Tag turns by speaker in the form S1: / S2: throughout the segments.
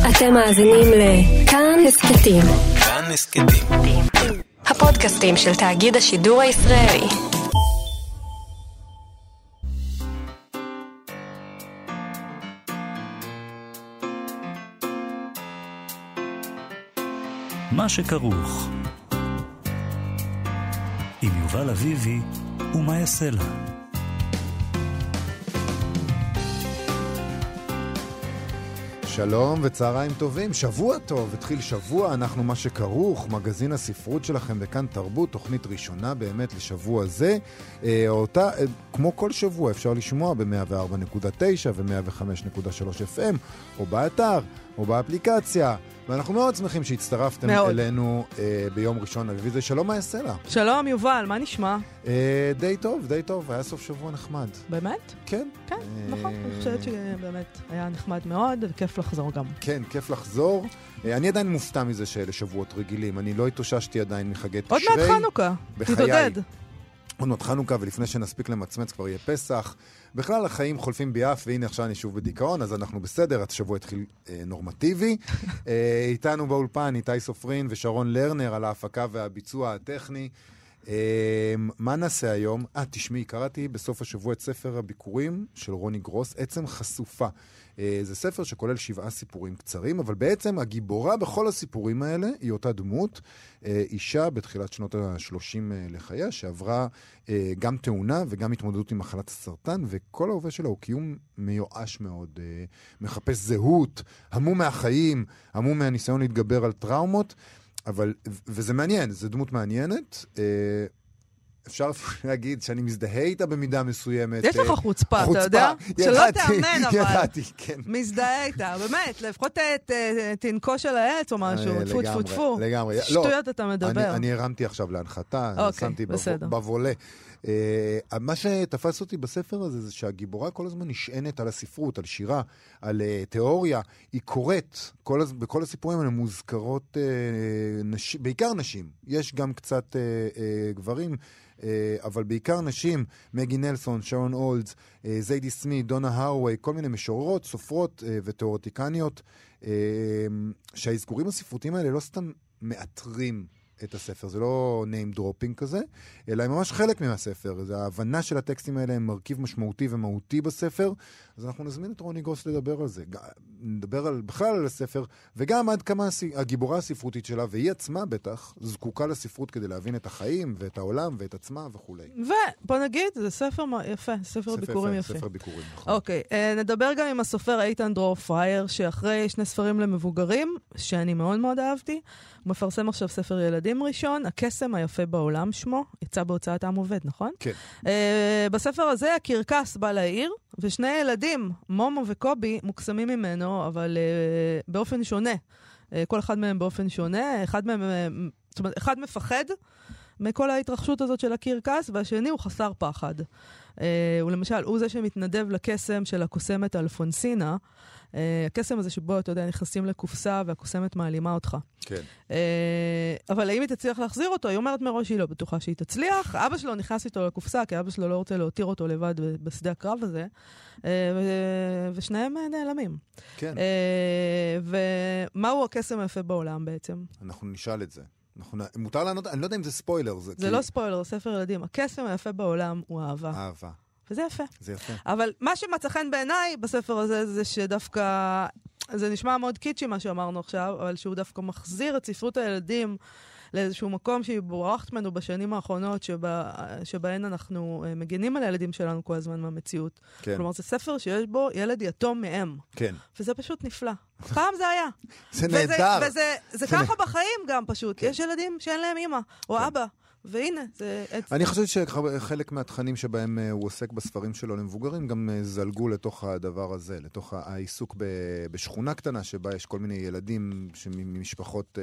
S1: אתם מאזינים לכאן הסכתים.
S2: כאן הסכתים.
S1: הפודקאסטים של תאגיד השידור הישראלי.
S3: מה שכרוך עם יובל אביבי ומה יעשה לה.
S4: שלום וצהריים טובים, שבוע טוב, התחיל שבוע, אנחנו מה שכרוך, מגזין הספרות שלכם בכאן תרבות, תוכנית ראשונה באמת לשבוע זה, אותה, כמו כל שבוע אפשר לשמוע ב-104.9 ו-105.3 FM, או באתר, או באפליקציה, ואנחנו מאוד שמחים שהצטרפתם אלינו ביום ראשון. אביבי, שלום, מה יעשה לה?
S5: שלום יובל, מה נשמע?
S4: די טוב, היה סוף שבוע נחמד.
S5: באמת?
S4: כן.
S5: כן, נכון, אני חושבת שבאמת היה נחמד מאוד, וכיף לחזור גם.
S4: כן, כיף לחזור. אני עדיין מופתע מזה שאלה שבועות רגילים, אני לא התאוששתי עדיין מחגי תשרי.
S5: עוד מעט חנוכה, תתעודד.
S4: עוד מעט חנוכה, ולפני שנספיק למצמץ כבר יהיה פסח. בכלל החיים חולפים ביעף, והנה עכשיו אני שוב בדיכאון, אז אנחנו בסדר, השבוע התחיל נורמטיבי. איתנו באולפן, איתי סופרין ושרון לרנר על ההפקה והביצוע הטכני. מה נעשה היום? תשמעי, קראתי בסוף השבוע את ספר הביקורים של רוני גרוס, עצם חשופה. זה ספר שכולל 7 סיפורים קצרים, אבל בעצם הגיבורה בכל הסיפורים האלה היא אותה דמות, אישה בתחילת שנות ה-30 לחייה, שעברה גם תאונה וגם התמודדות עם מחלת הסרטן, וכל ההווה שלה הוא קיום מיואש מאוד, מחפש זהות, המום מהחיים, המום מהניסיון להתגבר על טראומות, וזה מעניין, זו דמות מעניינת, אפשר להגיד שאני מזדהה איתה במידה מסוימת.
S5: יש לך חוצפה, אתה יודע? שלא תאמן, אבל.
S4: ידעתי, כן.
S5: מזדהה איתה, באמת, לפחות תנקו של העץ או משהו, טפו טפו טפו.
S4: לגמרי.
S5: שטויות אתה מדבר.
S4: אני הרמתי עכשיו להנחתה, שמתי בבולה. מה שתפס אותי בספר הזה זה שהגיבורה כל הזמן נשענת על הספרות, על שירה, על תיאוריה. היא קוראת, בכל הסיפורים האלה מוזכרות בעיקר נשים. יש גם קצת גברים, אבל בעיקר נשים, מגי נלסון, שרון אולדס, זיידי סמית, דונה הרווי, כל מיני משוררות, סופרות ותיאורטיקניות, שהאזכורים הספרותיים האלה לא סתם מאתרים את הספר, זה לא name dropping כזה, אלא הם ממש חלק מהספר. זה ההבנה של הטקסטים האלה הם מרכיב משמעותי ומהותי בספר, אז אנחנו נזמין את רוני גרוס לדבר על זה, נדבר בכלל על הספר, וגם עד כמה הגיבורה הספרותית שלה, והיא עצמה בטח, זקוקה לספרות כדי להבין את החיים ואת העולם ואת עצמה וכו'.
S5: ובוא נגיד, זה ספר יפה, ספר ביקורים יפה.
S4: ספר ביקורים, נכון.
S5: אוקיי, נדבר גם עם הסופר איתן דרור פרייר, שאחרי 2 ספרים למבוגרים, שאני מאוד מאוד אהבתי, הוא מפרסם עכשיו ספר ילדים ראשון, הקסם היפה בעולם שמו, יצא בהוצאת עם עובד, נכון?
S4: כן.
S5: בספר הזה הקרקס בא לעיר, ושני ילדים, מומו וקובי, מוקסמים ממנו, אבל באופן שונה. כל אחד מהם באופן שונה, זאת אומרת, אחד מפחד מכל ההתרחשות הזאת של הקרקס, והשני הוא חסר פחד. הוא למשל, הוא זה שמתנדב לקסם של הקוסמת אלפונסינה, הקסם הזה שבו, אתה יודע, נכנסים לקופסה והקוסמת מעלימה אותך.
S4: כן.
S5: אבל אם היא תצליח להחזיר אותו, היא אומרת מראש שהיא לא בטוחה שהיא תצליח. אבא שלו נכנס איתו לקופסה, כי אבא שלו לא רוצה להותיר אותו לבד בשדה הקרב הזה, ושניהם נעלמים.
S4: כן.
S5: ומהו הקסם היפה בעולם בעצם?
S4: אנחנו נשאל את זה. מותר לענות, אני לא יודע אם זה ספוילר.
S5: זה לא ספוילר, זה ספר ילדים. הקסם היפה בעולם הוא אהבה.
S4: אהבה.
S5: וזה יפה.
S4: זה יפה.
S5: אבל מה שמצא חן בעיניי בספר הזה, זה שדווקא, זה נשמע מאוד קיצ'י מה שאמרנו עכשיו, אבל שהוא דווקא מחזיר את ספרות הילדים לאיזשהו מקום שהיא בורחת ממנו בשנים האחרונות, שבהן אנחנו מגינים על הילדים שלנו כל הזמן מהמציאות.
S4: כן.
S5: כלומר, זה ספר שיש בו ילד יתום מאם.
S4: כן.
S5: וזה פשוט נפלא. פעם זה היה.
S4: זה נהדר.
S5: וזה ככה בחיים גם פשוט. יש ילדים שאין להם אמא או אבא. והנה, זה...
S4: אני חושב שחלק מהתכנים שבהם הוא עוסק בספרים שלו למבוגרים, גם זלגו לתוך הדבר הזה, לתוך העיסוק בשכונה קטנה, שבה יש כל מיני ילדים ממשפחות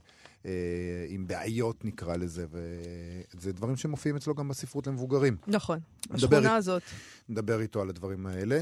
S4: עם בעיות נקרא לזה, וזה דברים שמופיעים אצלו גם בספרות למבוגרים.
S5: נכון, השכונה הזאת.
S4: נדבר איתו על הדברים האלה.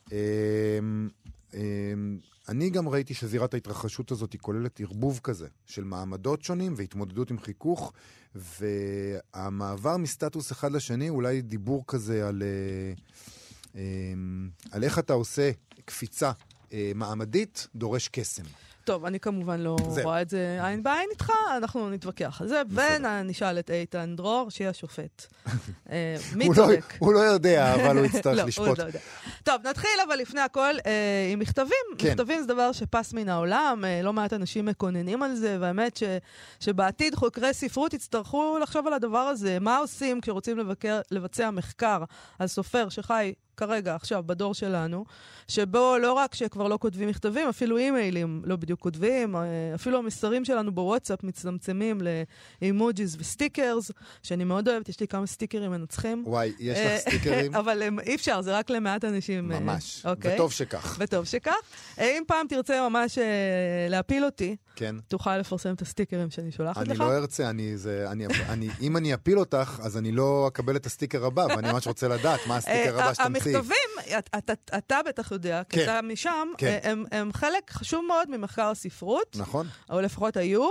S4: אני גם ראיתי שזירת ההתרחשות הזאת היא כוללת ערבוב כזה, של מעמדות שונים והתמודדות עם חיכוך, והמעבר מסטטוס אחד לשני, אולי דיבור כזה על איך אתה עושה קפיצה מעמדית דורש קסם.
S5: טוב, אני כמובן לא רואה את זה עין בעין איתך, אנחנו נתווכח על זה, ונשאל את איתן דרור, שיהיה השופט. מי צודק?
S4: הוא לא יודע, אבל הוא יצטרך לשפוט.
S5: טוב, נתחיל אבל לפני הכל עם מכתבים. מכתבים זה דבר שפס מן העולם, לא מעט אנשים מקוננים על זה, והאמת שבעתיד חוקרי ספרות יצטרכו לחשוב על הדבר הזה, מה עושים כשרוצים לבצע מחקר על סופר שחי כרגע, עכשיו, בדור שלנו, שבו לא רק שכבר לא כותבים מכתבים, אפילו אימיילים לא בדיוק כותבים, אפילו המסרים שלנו בוואטסאפ מצטמצמים לאימוג'יז וסטיקרס, שאני מאוד אוהבת, יש לי כמה סטיקרים מנצחים.
S4: וואי, יש לך סטיקרים?
S5: אבל אי אפשר, זה רק למעט אנשים.
S4: ממש, וטוב שכך.
S5: וטוב שכך. אם פעם תרצה ממש להפיל אותי,
S4: כן.
S5: תוכל לפרסם את הסטיקרים שאני שולחת לך.
S4: אני לא ארצה, אם אני אפיל אותך, אז אני לא אקבל את הסטיקר הבא, ואני ממש רוצה לדעת מה הסטיקר הבא שתמציא.
S5: המכתבים, אתה בטח יודע, כי אתה משם, הם חלק חשוב מאוד ממחקר הספרות.
S4: נכון.
S5: או לפחות היו.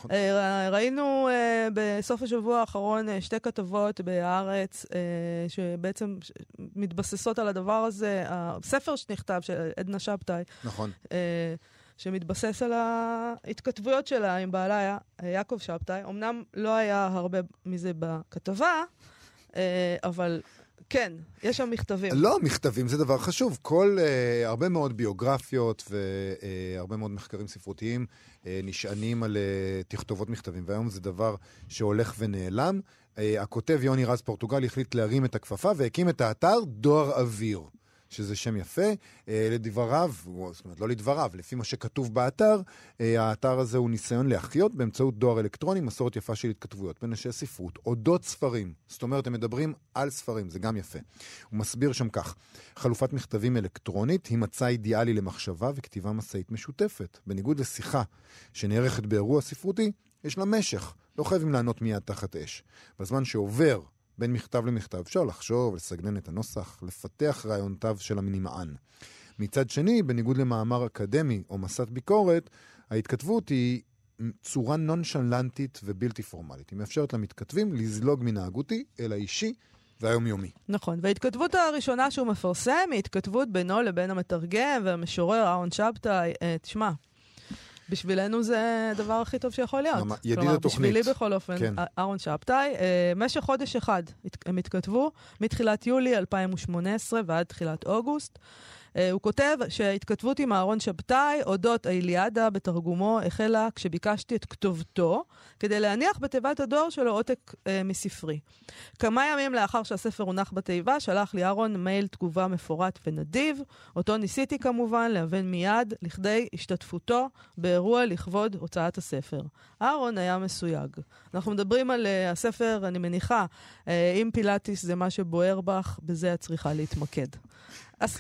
S5: ראינו בסוף השבוע האחרון שתי כתבות בהארץ, שבעצם מתבססות על הדבר הזה. הספר שנכתב, של עדנה שבתאי.
S4: נכון.
S5: שמתבסס על ההתכתבויות שלה עם בעלה, יעקב שבתאי. אמנם לא היה הרבה מזה בכתבה, אבל כן, יש שם מכתבים.
S4: לא, מכתבים זה דבר חשוב. הרבה מאוד ביוגרפיות והרבה מאוד מחקרים ספרותיים נשענים על תכתובות מכתבים, והיום זה דבר שהולך ונעלם. הכותב יוני רז פורטוגל החליט להרים את הכפפה והקים את האתר דואר אוויר. שזה שם יפה, לדבריו, זאת אומרת, לא לדבריו, לפי מה שכתוב באתר, האתר הזה הוא ניסיון להחיות באמצעות דואר אלקטרוני, מסורת יפה של התכתבויות בין אנשי ספרות, אודות ספרים. זאת אומרת, הם מדברים על ספרים, זה גם יפה. הוא מסביר שם כך, חלופת מכתבים אלקטרונית היא מצע אידיאלי למחשבה וכתיבה מסעית משותפת. בניגוד לשיחה שנערכת באירוע ספרותי, יש לה משך, לא חייבים לענות מיד תחת אש. בזמן שעובר בין מכתב למכתב, אפשר לחשוב, לסגנן את הנוסח, לפתח רעיונותיו של הנמען. מצד שני, בניגוד למאמר אקדמי או מסת ביקורת, ההתכתבות היא צורה נונשלנטית ובלתי פורמלית. היא מאפשרת למתכתבים לזלוג מן ההגותי אל האישי והיומיומי.
S5: נכון, וההתכתבות הראשונה שהוא מפרסם היא התכתבות בינו לבין המתרגם והמשורר אהרון שבתאי. תשמע, בשבילנו זה הדבר הכי טוב שיכול להיות.
S4: ידיד
S5: כלומר,
S4: התוכנית.
S5: בשבילי בכל אופן, כן. אהרון שבתאי, משך חודש אחד הם התכתבו, מתחילת יולי 2018 ועד תחילת אוגוסט. הוא כותב שההתכתבות עם אהרון שבתאי, אודות האיליאדה בתרגומו, החלה כשביקשתי את כתובתו, כדי להניח בתיבת הדואר שלו עותק מספרי. כמה ימים לאחר שהספר הונח בתיבה, שלח לי אהרון מייל תגובה מפורט ונדיב, אותו ניסיתי כמובן להבין מיד לכדי השתתפותו באירוע לכבוד הוצאת הספר. אהרון היה מסויג. אנחנו מדברים על הספר, אני מניחה, אם פילאטיס זה מה שבוער בך, בזה את צריכה להתמקד. אז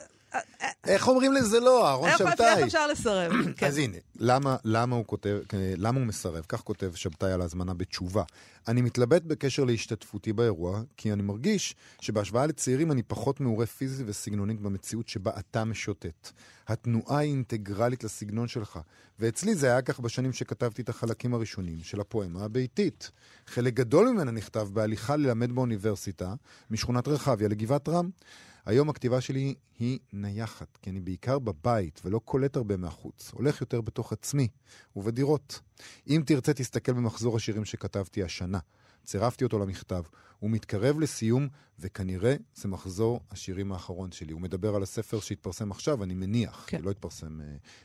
S4: איך אומרים לזה לא, אהרון שבתאי?
S5: איך אפשר לסרב?
S4: אז הנה, למה הוא מסרב? כך כותב שבתאי על ההזמנה בתשובה. אני מתלבט בקשר להשתתפותי באירוע, כי אני מרגיש שבהשוואה לצעירים אני פחות מעורה פיזי וסגנונית במציאות שבה אתה משוטט. התנועה היא אינטגרלית לסגנון שלך, ואצלי זה היה כך בשנים שכתבתי את החלקים הראשונים של הפואמה הביתית. חלק גדול ממנה נכתב בהליכה ללמד באוניברסיטה, משכונת רחביה לגבעת רם. היום הכתיבה שלי היא נייחת, כי אני בעיקר בבית ולא קולט הרבה מהחוץ. הולך יותר בתוך עצמי ובדירות. אם תרצה תסתכל במחזור השירים שכתבתי השנה. צירפתי אותו למכתב. הוא מתקרב לסיום, וכנראה זה מחזור השירים האחרון שלי. הוא מדבר על הספר שהתפרסם עכשיו, אני מניח. כן. לא התפרסם.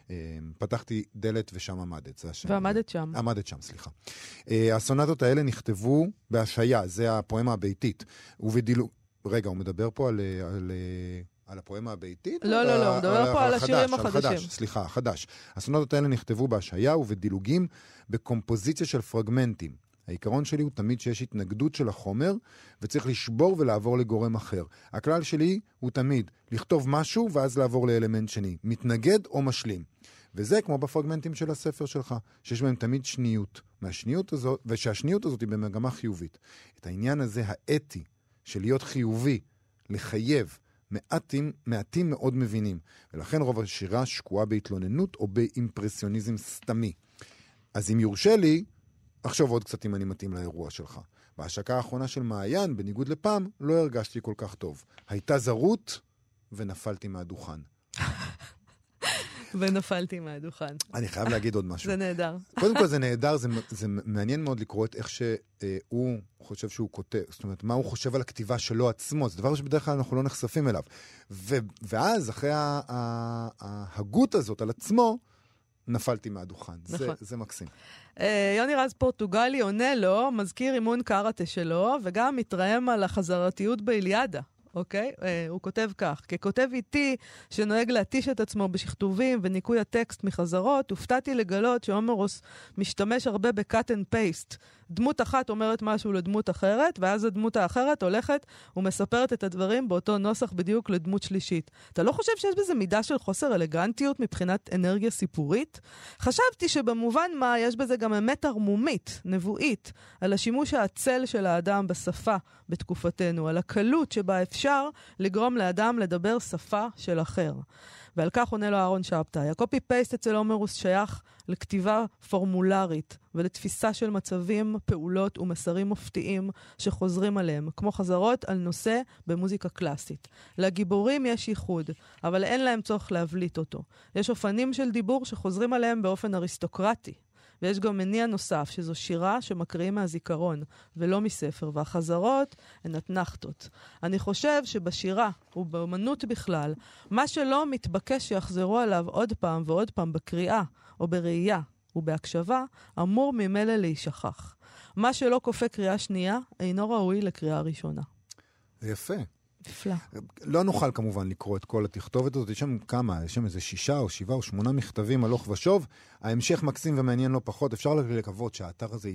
S4: פתחתי דלת ושם עמדת. זה השם.
S5: ועמדת שם.
S4: עמדת שם, סליחה. הסונטות האלה נכתבו בהשעיה, זה הפואמה הביתית. רגע, הוא מדבר פה על הפואמה הביתית?
S5: לא, הוא מדבר פה על השירים החדשים.
S4: סליחה, החדש. הסונטות האלה נכתבו בהשעיה ובדילוגים בקומפוזיציה של פרגמנטים. העיקרון שלי הוא תמיד שיש התנגדות של החומר, וצריך לשבור ולעבור לגורם אחר. הכלל שלי הוא תמיד לכתוב משהו ואז לעבור לאלמנט שני. מתנגד או משלים. וזה כמו בפרגמנטים של הספר שלך, שיש בהם תמיד שניות. ושהשניות הזאת היא במגמה חיובית. את העניין הזה האתי, של להיות חיובי, לחייב, מעטים מאוד מבינים. ולכן רוב השירה שקועה בהתלוננות או באימפרסיוניזם סתמי. אז אם יורשה לי, עכשיו עוד קצת אם אני מתאים לאירוע שלך. בהשקה האחרונה של מעיין, בניגוד לפעם, לא הרגשתי כל כך טוב. הייתה זרות ונפלתי מהדוכן.
S5: ונפלתי מהדוכן.
S4: אני חייב להגיד עוד משהו.
S5: זה נהדר.
S4: קודם כל זה נהדר, זה מעניין מאוד לקרוא את איך שהוא חושב שהוא כותב, זאת אומרת, מה הוא חושב על הכתיבה שלו עצמו, זה דבר שבדרך כלל אנחנו לא נחשפים אליו. ואז אחרי ההגות הזאת על עצמו, נפלתי מהדוכן.
S5: נכון.
S4: זה מקסים.
S5: יוני רז פורטוגלי עונה לו, מזכיר אימון קראטה שלו, וגם מתרעם על החזרתיות באיליאדה. אוקיי? הוא כותב כך: ככותב איתי שנוהג להתיש את עצמו בשכתובים וניקוי הטקסט מחזרות, הופתעתי לגלות שהומרוס משתמש הרבה בקאט אנד פייסט. דמות אחת אומרת משהו לדמות אחרת, ואז הדמות האחרת הולכת ומספרת את הדברים באותו נוסח בדיוק לדמות שלישית. אתה לא חושב שיש בזה מידה של חוסר אלגנטיות מבחינת אנרגיה סיפורית? חשבתי שבמובן מה יש בזה גם אמת ערמומית, נבואית, על השימוש העצל של האדם בשפה בתקופתנו, על הקלות שבה אפשר לגרום לאדם לדבר שפה של אחר. ועל כך עונה לו אהרון שבתאי. הקופי פייסט אצל הומרוס שייך לכתיבה פורמולרית ולתפיסה של מצבים, פעולות ומסרים מופתיים שחוזרים עליהם, כמו חזרות על נושא במוזיקה קלאסית. לגיבורים יש ייחוד, אבל אין להם צורך להבליט אותו. יש אופנים של דיבור שחוזרים עליהם באופן אריסטוקרטי. ויש גם מניע נוסף, שזו שירה שמקריאים מהזיכרון, ולא מספר, והחזרות הן אתנחתות. אני חושב שבשירה, ובאמנות בכלל, מה שלא מתבקש שיחזרו עליו עוד פעם ועוד פעם בקריאה, או בראייה, ובהקשבה, אמור ממילא להישכח. מה שלא כופה קריאה שנייה, אינו ראוי לקריאה ראשונה.
S4: זה יפה.
S5: נפלא.
S4: לא נוכל כמובן לקרוא את כל התכתובת הזאת, יש שם כמה, יש שם איזה 6 או 7 או 8 מכתבים הלוך ושוב, ההמשך מקסים ומעניין לא פחות, אפשר לקוות שהאתר הזה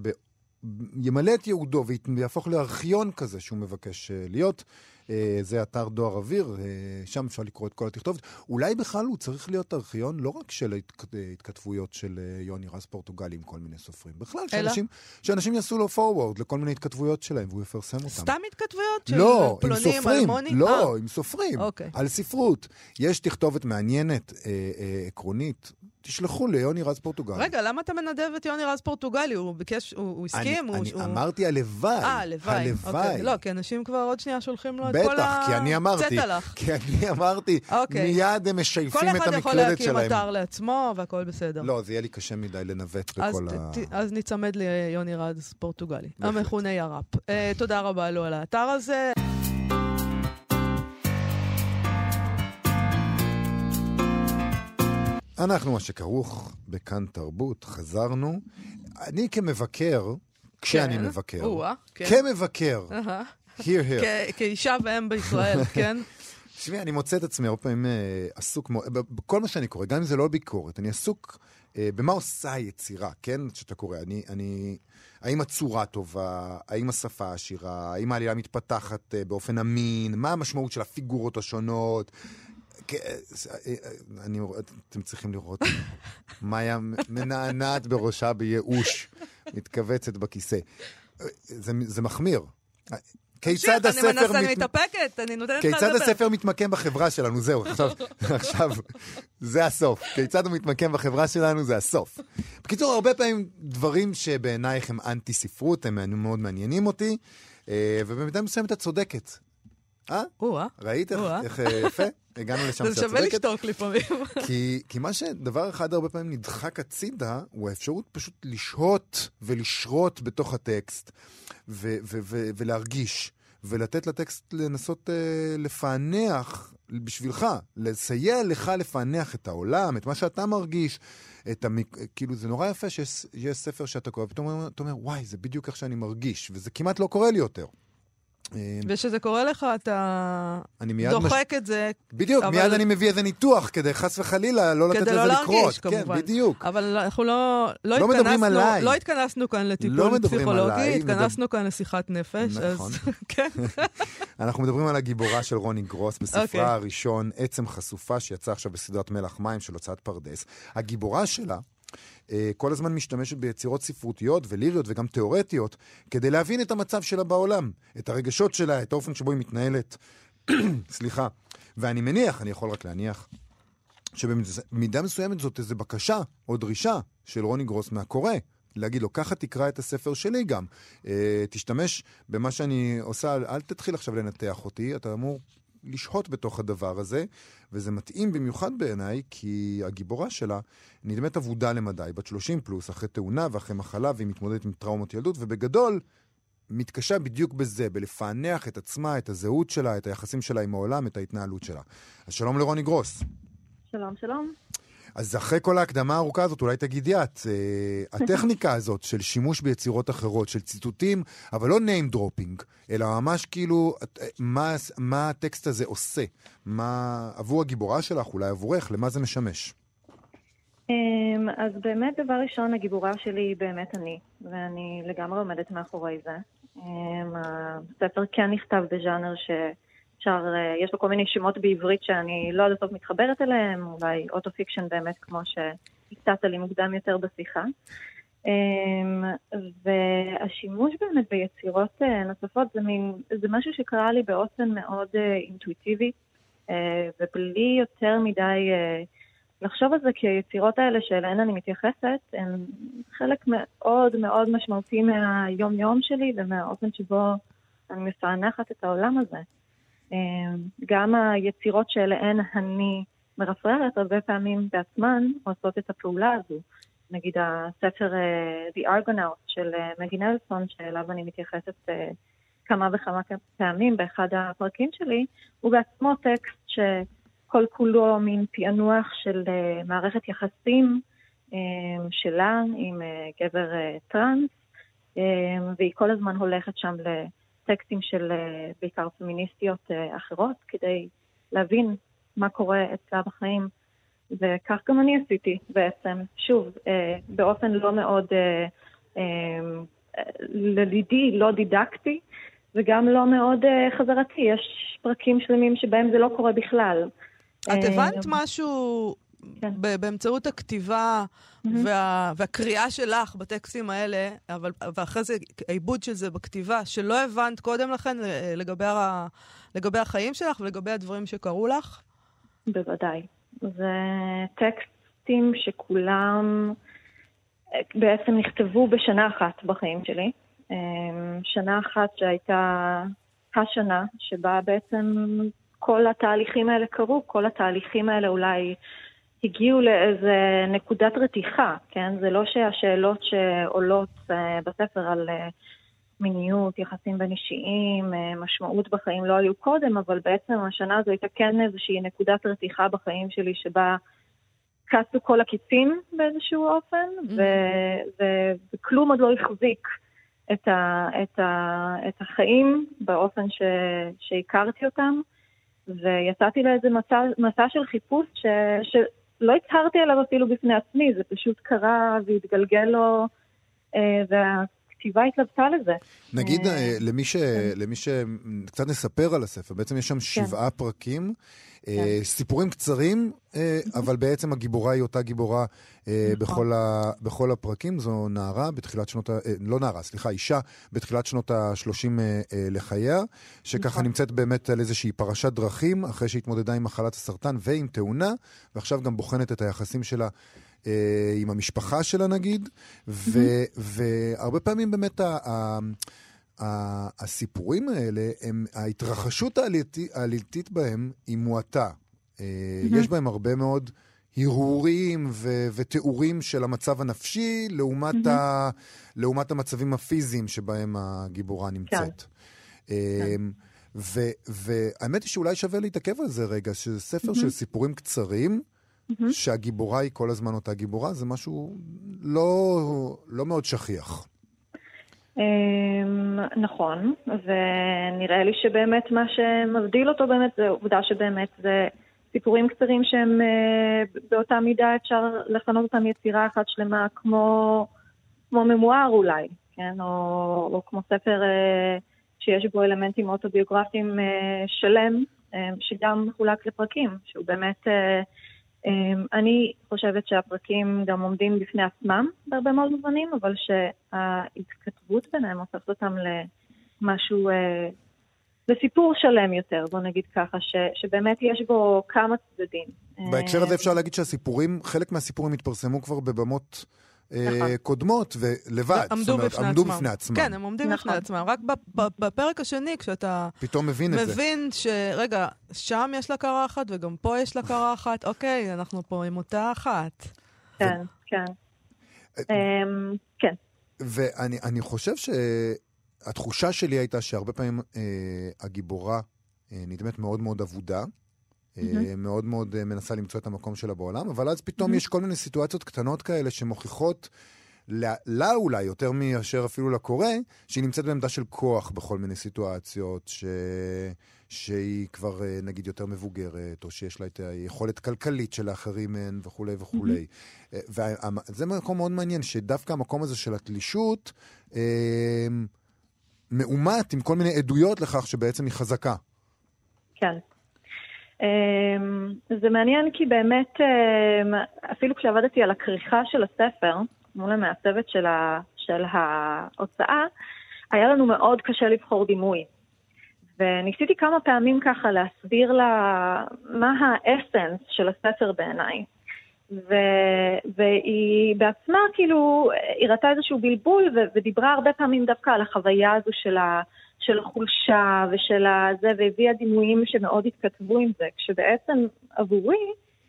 S4: ימלא את יעודו ויהפוך לארכיון כזה שהוא מבקש להיות. זה אתר דואר אוויר, שם אפשר לקרוא את כל התכתובת. אולי בכלל הוא צריך להיות ארכיון לא רק של התכתבויות של יוני רז פורטוגלי עם כל מיני סופרים. בכלל, שאנשים יעשו לו פורוורד לכל מיני התכתבויות שלהם והוא יפרסם אותם.
S5: סתם התכתבויות של
S4: פלונים,
S5: אלמוני?
S4: לא, עם סופרים.
S5: אוקיי.
S4: על ספרות. יש תכתובת מעניינת, עקרונית. תשלחו ליוני רז פורטוגלי.
S5: רגע, למה אתה מנדב את יוני רז פורטוגלי? הוא ביקש, הוא הסכים?
S4: אני אמרתי הלוואי.
S5: הלוואי. לא, כי אנשים כבר עוד שנייה שולחים לו את כל
S4: בטח, כי אני אמרתי, מיד הם משייפים את המקלדת שלהם.
S5: כל אחד יכול להקים אתר לעצמו, והכל בסדר.
S4: לא, זה יהיה לי קשה מדי לנווט בכל
S5: אז נצמד ליוני רז פורטוגלי, המכונה ירפ. תודה רבה לו על האתר הזה.
S4: אנחנו מה שכרוך בכאן תרבות, חזרנו. אני כמבקר, כשאני מבקר, כמבקר,
S5: כאישה ואם בישראל, כן?
S4: תשמעי, אני מוצא את עצמי הרבה פעמים עסוק, בכל מה שאני קורא, גם אם זה לא ביקורת, אני עסוק במה עושה היצירה, כן? שאתה קורא, האם הצורה טובה, האם השפה עשירה, האם העלילה מתפתחת באופן אמין, מה המשמעות של הפיגורות השונות, אתם צריכים לראות מאיה מנענעת בראשה בייאוש, מתכווצת בכיסא. זה מחמיר. כיצד הספר מתמקם בחברה שלנו? זהו, עכשיו זה הסוף. כיצד הוא מתמקם בחברה שלנו? זה הסוף. בקיצור, הרבה פעמים דברים שבעינייך הם אנטי ספרות, הם מאוד מעניינים אותי, ובמידה מסוימת את צודקת. ראית איך יפה? הגענו לשם
S5: זה שווה לשתוק לפעמים.
S4: כי מה שדבר אחד הרבה פעמים נדחק הצידה, הוא האפשרות פשוט לשהות ולשרות בתוך הטקסט, ולהרגיש, ולתת לטקסט לנסות לפענח בשבילך, לסייע לך לפענח את העולם, את מה שאתה מרגיש, כאילו זה נורא יפה שיש ספר שאתה קורא, פתאום אתה אומר, וואי, זה בדיוק איך שאני מרגיש, וזה כמעט לא קורה לי יותר.
S5: ושזה קורה לך, אתה דוחק את זה.
S4: בדיוק, מיד אני מביא איזה ניתוח, כדי חס וחלילה לא לתת לזה לקרות.
S5: כדי לא להרגיש, כמובן.
S4: כן, בדיוק.
S5: אבל אנחנו לא התכנסנו כאן לטיפול פסיכולוגי, התכנסנו כאן לשיחת נפש.
S4: נכון.
S5: כן.
S4: אנחנו מדברים על הגיבורה של רוני גרוס, בספרה הראשון, עצם חשופה, שיצא עכשיו בסדרת מלח מים של הוצאת פרדס. הגיבורה שלה, כל הזמן משתמשת ביצירות ספרותיות וליריות וגם תיאורטיות כדי להבין את המצב שלה בעולם, את הרגשות שלה, את האופן שבו היא מתנהלת. סליחה. ואני מניח, אני יכול רק להניח, שבמידה מסוימת זאת איזו בקשה או דרישה של רוני גרוס מהקורא, להגיד לו, ככה תקרא את הספר שלי גם. תשתמש במה שאני עושה, אל תתחיל עכשיו לנתח אותי, אתה אמור לשהות בתוך הדבר הזה, וזה מתאים במיוחד בעיניי, כי הגיבורה שלה נדמת עבודה למדי, בת 30 פלוס, אחרי תאונה ואחרי מחלה, והיא מתמודדת עם טראומות ילדות, ובגדול מתקשה בדיוק בזה, בלפענח את עצמה, את הזהות שלה, את היחסים שלה עם העולם, את ההתנהלות שלה. אז שלום לרוני גרוס.
S2: שלום, שלום.
S4: אז אחרי כל ההקדמה הארוכה הזאת, אולי תגידי את, הטכניקה הזאת של שימוש ביצירות אחרות, של ציטוטים, אבל לא name dropping, אלא ממש כאילו, מה הטקסט הזה עושה? מה עבור הגיבורה שלך, אולי עבורך, למה זה משמש?
S2: אז באמת דבר ראשון, הגיבורה שלי היא באמת אני, ואני לגמרי עומדת מאחורי זה. הספר כן נכתב בז'אנר יש לו כל מיני שמות בעברית שאני לא עד הסוף מתחברת אליהם, אולי אוטו-פיקשן באמת, כמו שהצעת לי מוקדם יותר בשיחה. והשימוש באמת ביצירות נוספות זה משהו שקרה לי באופן מאוד אינטואיטיבי, ובלי יותר מדי לחשוב על זה, כי היצירות האלה שאליהן אני מתייחסת, הן חלק מאוד מאוד משמעותי מהיום-יום שלי, ומהאופן שבו אני מפענחת את העולם הזה. גם היצירות שאליהן אני מרפררת הרבה פעמים בעצמן עושות את הפעולה הזו. נגיד הספר The Argonaut של מגי נלסון, שאליו אני מתייחסת כמה וכמה פעמים באחד הפרקים שלי, הוא בעצמו טקסט שכל כולו מין פענוח של מערכת יחסים שלה עם גבר טרנס, והיא כל הזמן הולכת שם טקסטים של בעיקר פמיניסטיות אחרות, כדי להבין מה קורה אצלה בחיים. וכך גם אני עשיתי בעצם, שוב, באופן לא מאוד ללידי, לא דידקטי, וגם לא מאוד חזרתי. יש פרקים שלמים שבהם זה לא קורה בכלל.
S5: את הבנת משהו באמצעות הכתיבה והקריאה שלך בטקסטים האלה, ואחרי זה העיבוד של זה בכתיבה, שלא הבנת קודם לכן לגבי החיים שלך ולגבי הדברים שקרו לך?
S2: בוודאי. זה טקסטים שכולם בעצם נכתבו בשנה אחת בחיים שלי. שנה אחת שהייתה השנה שבה בעצם כל התהליכים האלה קרו, כל התהליכים האלה אולי הגיעו לאיזה נקודת רתיחה, כן? זה לא שהשאלות שעולות בספר על מיניות, יחסים בין אישיים, משמעות בחיים לא היו קודם, אבל בעצם השנה הזו הייתה כן איזושהי נקודת רתיחה בחיים שלי שבה קצו כל הקיצים באיזשהו אופן, וכלום עוד לא החזיק את החיים באופן שהכרתי אותם, ויצאתי לאיזה מסע של חיפוש שלא הצהרתי עליו אפילו בפני עצמי, זה פשוט קרה והתגלגל לו, והכתיבה התלבטה לזה.
S4: נגיד, למי שקצת נספר על הספר, בעצם יש שם 7 פרקים, סיפורים קצרים, אבל בעצם הגיבורה היא אותה גיבורה בכל הפרקים. זו נערה בתחילת שנות, לא נערה, סליחה, אישה בתחילת שנות ה-30 לחייה, שככה נמצאת באמת על איזושהי פרשת דרכים, אחרי שהתמודדה עם מחלת הסרטן ועם תאונה, ועכשיו גם בוחנת את היחסים שלה עם המשפחה שלה נגיד, והרבה פעמים באמת הסיפורים האלה, ההתרחשות העלילתית בהם היא מועטה. יש בהם הרבה מאוד הרהורים ותיאורים של המצב הנפשי, לעומת המצבים הפיזיים שבהם הגיבורה נמצאת. והאמת היא שאולי שווה להתעכב על זה רגע, שזה ספר של סיפורים קצרים, שהגיבורה היא כל הזמן אותה גיבורה, זה משהו לא מאוד שכיח.
S2: נכון, ונראה לי שבאמת מה שמבדיל אותו באמת זה עובדה שבאמת זה סיפורים קצרים שהם באותה מידה אפשר לכנות אותם יצירה אחת שלמה כמו ממואר אולי, כן? או כמו ספר שיש בו אלמנטים אוטוביוגרפיים שלם, שגם מחולק לפרקים, שהוא באמת אני חושבת שהפרקים גם עומדים בפני עצמם בהרבה מאוד מובנים, אבל שההתכתבות ביניהם הופכת אותם למשהו, לסיפור שלם יותר, בוא נגיד ככה, שבאמת יש בו כמה צדדים.
S4: בהקשר הזה אפשר להגיד שהסיפורים, חלק מהסיפורים התפרסמו כבר בבמות קודמות ולבד.
S5: עמדו בפני עצמם. כן, הם עומדים
S2: נכון.
S5: בפני עצמם. רק בפרק השני, כשאתה
S4: פתאום
S5: מבין שרגע, שם יש לה קרחת וגם פה יש לה קרחת, אוקיי, אנחנו פה עם אותה אחת.
S2: כן, כן. כן.
S4: ואני חושב שהתחושה שלי הייתה שהרבה פעמים הגיבורה נדמת מאוד מאוד עבודה, מאוד מאוד מנסה למצוא את המקום שלה בעולם, אבל אז פתאום יש כל מיני סיטואציות קטנות כאלה שמוכיחות לה אולי יותר מאשר אפילו לקורא, שהיא נמצאת בעמדה של כוח בכל מיני סיטואציות, שהיא כבר נגיד יותר מבוגרת, או שיש לה את היכולת כלכלית של האחרים וכו' וכו'. וזה מקום מאוד מעניין, שדווקא המקום הזה של התלישות מאומת עם כל מיני עדויות לכך שבעצם היא חזקה. כן.
S2: זה מעניין כי באמת, אפילו כשעבדתי על הכריכה של הספר, מול המעצבת של ההוצאה, היה לנו מאוד קשה לבחור דימוי. וניסיתי כמה פעמים ככה להסביר לה מה האסנס של הספר בעיניי. והיא בעצמה כאילו, היא ראתה איזשהו בלבול ודיברה הרבה פעמים דווקא על החוויה הזו של החולשה ושל הזה, והביאה דימויים שמאוד התכתבו עם זה, כשבעצם עבורי,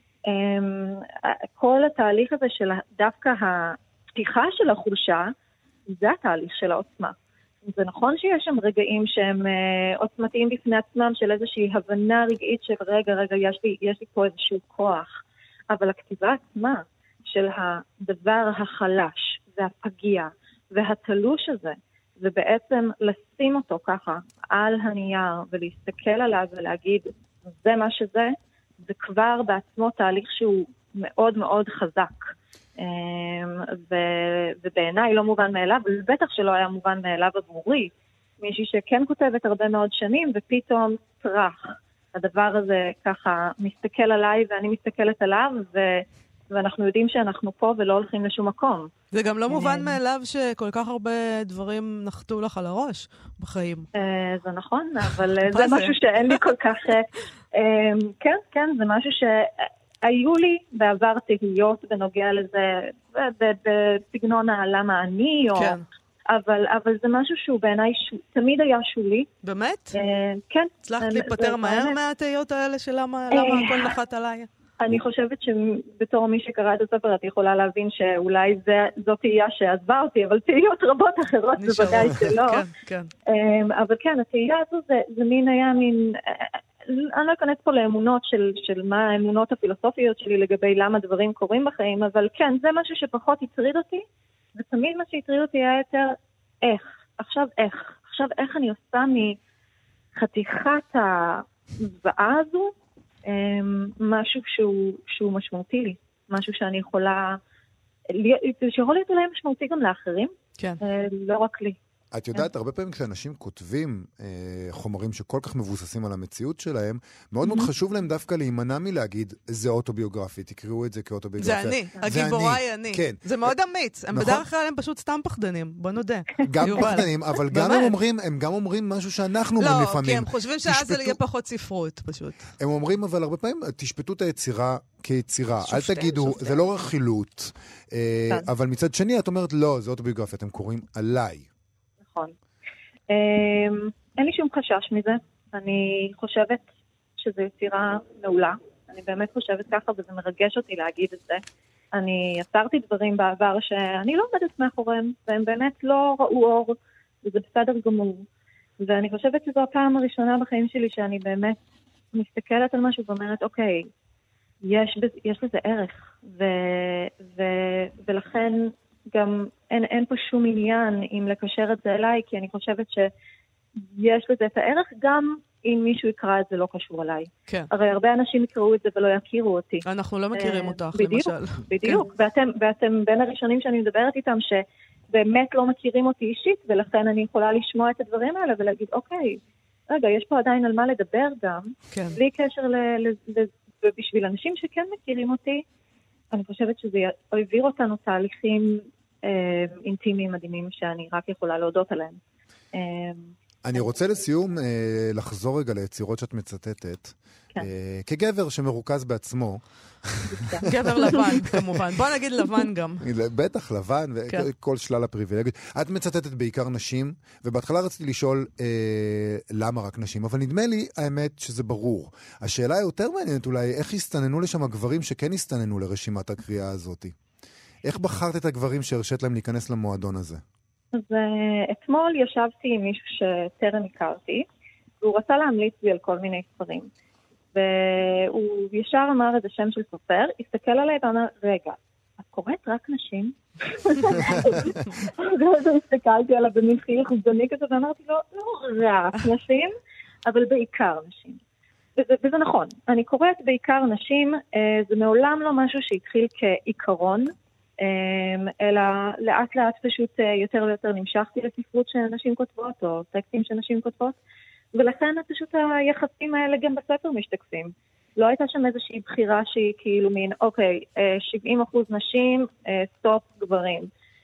S2: כל התהליך הזה של דווקא הפתיחה של החולשה, זה התהליך של העוצמה. זה נכון שיש שם רגעים שהם עוצמתיים בפני עצמם, של איזושהי הבנה רגעית של רגע, יש לי פה איזשהו כוח, אבל הכתיבה עצמה של הדבר החלש והפגיע והתלוש הזה, ובעצם לשים אותו ככה על הנייר ולהסתכל עליו ולהגיד, זה מה שזה, זה כבר בעצמו תהליך שהוא מאוד מאוד חזק. ובעיניי לא מובן מאליו, ובטח שלא היה מובן מאליו עבורי. מישהי שכן כותבת הרבה מאוד שנים, ופתאום צרח. הדבר הזה ככה מסתכל עליי ואני מסתכלת עליו, ואנחנו יודעים שאנחנו פה ולא הולכים לשום מקום.
S5: זה גם לא מובן מאליו שכל כך הרבה דברים נחתו לך על הראש בחיים.
S2: זה נכון, אבל זה משהו שאין לי כל כך... כן, זה משהו שהיו לי בעבר תהיות בנוגע לזה, בסגנון למה אני, אבל זה משהו שהוא בעיניי תמיד היה שולי.
S5: באמת?
S2: כן.
S5: הצלחת להיפטר מהר מהתהיות האלה של למה הכל נחת עליי?
S2: אני חושבת שבתור מי שקרא את הספר, את יכולה להבין שאולי זו תהייה שעזבה אותי, אבל תהיות רבות אחרות בוודאי שלא. אבל כן, התהייה הזו זה מין היה מין... אני לא אכנס פה לאמונות של מה האמונות הפילוסופיות שלי לגבי למה דברים קורים בחיים, אבל כן, זה משהו שפחות הטריד אותי, ותמיד מה שהטריד אותי היה יותר עכשיו איך אני עושה מחתיכת הזוועה הזו, משהו שהוא משמעותי לי, משהו שאני יכולה, שיכול להיות אולי משמעותי גם לאחרים, לא רק לי.
S4: את יודעת, הרבה פעמים כשאנשים כותבים חומרים שכל כך מבוססים על המציאות שלהם, מאוד מאוד חשוב להם דווקא להימנע מלהגיד, זה אוטוביוגרפי, תקראו את זה כאוטוביוגרפיה.
S5: זה אני, הגיבורה היא אני.
S4: כן.
S5: זה מאוד אמיץ. הם בדרך כלל הם פשוט סתם פחדנים, בוא נודה.
S4: גם פחדנים, אבל הם גם אומרים משהו שאנחנו לפעמים.
S5: לא, כי הם חושבים שאז זה יהיה פחות ספרות, פשוט.
S4: הם אומרים, אבל הרבה פעמים, תשפטו את היצירה כיצירה. אל תגידו, זה לא רכילות. אבל מצד שני, את אומרת, לא, זה אוטוביוגרפיה, אתם קוראים עליי.
S2: נכון. אין לי שום חשש מזה. אני חושבת שזו יצירה מעולה. אני באמת חושבת ככה, וזה מרגש אותי להגיד את זה. אני יצרתי דברים בעבר שאני לא עומדת מאחוריהם, והם באמת לא ראו אור, וזה בסדר גמור. ואני חושבת שזו הפעם הראשונה בחיים שלי שאני באמת מסתכלת על משהו ואומרת, אוקיי, יש לזה ערך, ולכן גם אין פה שום עניין אם לקשר את זה אליי, כי אני חושבת שיש לזה את הערך גם אם מישהו יקרא את זה לא קשור אליי.
S5: כן.
S2: הרי הרבה אנשים יקראו את זה ולא יכירו אותי.
S5: אנחנו לא מכירים אותך,
S2: בדיוק,
S5: למשל.
S2: בדיוק, כן. ואתם בין הראשונים שאני מדברת איתם שבאמת לא מכירים אותי אישית, ולכן אני יכולה לשמוע את הדברים האלה ולהגיד, אוקיי, רגע, יש פה עדיין על מה לדבר גם,
S5: כן.
S2: בלי קשר ובשביל אנשים שכן מכירים אותי, אני חושבת שזה העביר אותנו תהליכים אינטימיים מדהימים שאני רק יכולה להודות עליהם.
S4: אני רוצה לסיום לחזור רגע ליצירות שאת מצטטת. כגבר שמרוכז בעצמו.
S5: גבר לבן, כמובן. בוא נגיד לבן גם.
S4: בטח, לבן וכל שלל הפריבילגיות. את מצטטת בעיקר נשים, ובהתחלה רציתי לשאול למה רק נשים, אבל נדמה לי האמת שזה ברור. השאלה היותר מעניינת אולי, איך הסתננו לשם הגברים שכן הסתננו לרשימת הקריאה הזאת? איך בחרת את הגברים שהרשת להם להיכנס למועדון הזה?
S2: אז אתמול ישבתי עם מישהו שטרם הכרתי, והוא רצה להמליץ לי על כל מיני ספרים. והוא ישר אמר איזה שם של סופר, הסתכל עליי ואמר, רגע, את קוראת רק נשים? אז הסתכלתי עליו במין חיוך חובדני כזה, ואמרתי לו, לא רק נשים, אבל בעיקר נשים. וזה נכון, אני קוראת בעיקר נשים, זה מעולם לא משהו שהתחיל כעיקרון, אלא לאט לאט פשוט יותר ויותר נמשכתי לספרות שנשים כותבות, או טקסטים שנשים כותבות, ולכן פשוט היחסים האלה גם בספר משתקפים. לא הייתה שם איזושהי בחירה שהיא כאילו מין, אוקיי, 70% נשים, סטופ גברים.